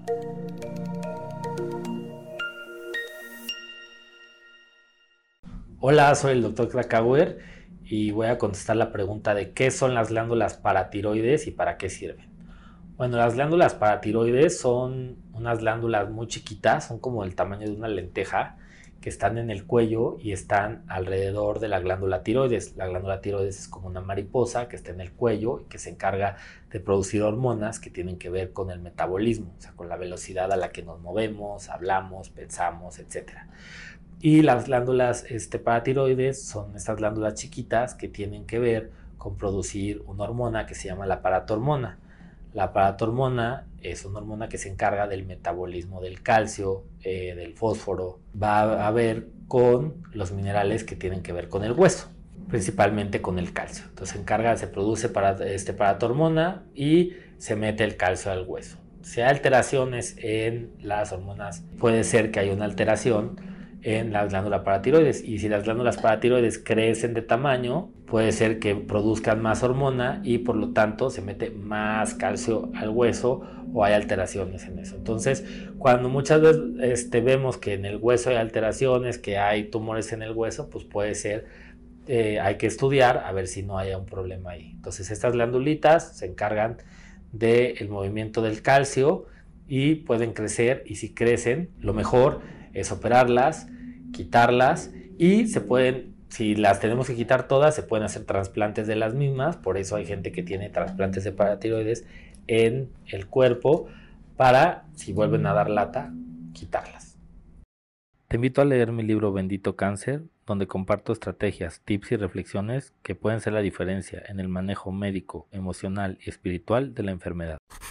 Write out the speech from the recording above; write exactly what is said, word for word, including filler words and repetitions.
Hola, soy el doctor Krakauer y voy a contestar la pregunta de qué son las glándulas paratiroides y para qué sirven. Bueno, las glándulas paratiroides son unas glándulas muy chiquitas, son como el tamaño de una lenteja, que están en el cuello y están alrededor de la glándula tiroides. La glándula tiroides es como una mariposa que está en el cuello y que se encarga de producir hormonas que tienen que ver con el metabolismo, o sea, con la velocidad a la que nos movemos, hablamos, pensamos, etcétera. Y las glándulas este, paratiroides son estas glándulas chiquitas que tienen que ver con producir una hormona que se llama la paratormona. La paratormona es una hormona que se encarga del metabolismo del calcio, eh, del fósforo. Va a ver con los minerales que tienen que ver con el hueso, principalmente con el calcio. Entonces se encarga, se produce para, este, paratormona y se mete el calcio al hueso. Si hay alteraciones en las hormonas, puede ser que haya una alteración en la glándula paratiroides, y si las glándulas paratiroides crecen de tamaño, puede ser que produzcan más hormona y por lo tanto se mete más calcio al hueso o hay alteraciones en eso. Entonces, cuando muchas veces este, vemos que en el hueso hay alteraciones, que hay tumores en el hueso, pues puede ser, eh, hay que estudiar a ver si no haya un problema ahí. Entonces, estas glandulitas se encargan del movimiento del calcio y pueden crecer, y si crecen, lo mejor es operarlas, quitarlas, y se pueden, si las tenemos que quitar todas, se pueden hacer trasplantes de las mismas. Por eso hay gente que tiene trasplantes de paratiroides en el cuerpo para, si vuelven a dar lata, quitarlas. Te invito a leer mi libro Bendito Cáncer, donde comparto estrategias, tips y reflexiones que pueden ser la diferencia en el manejo médico, emocional y espiritual de la enfermedad.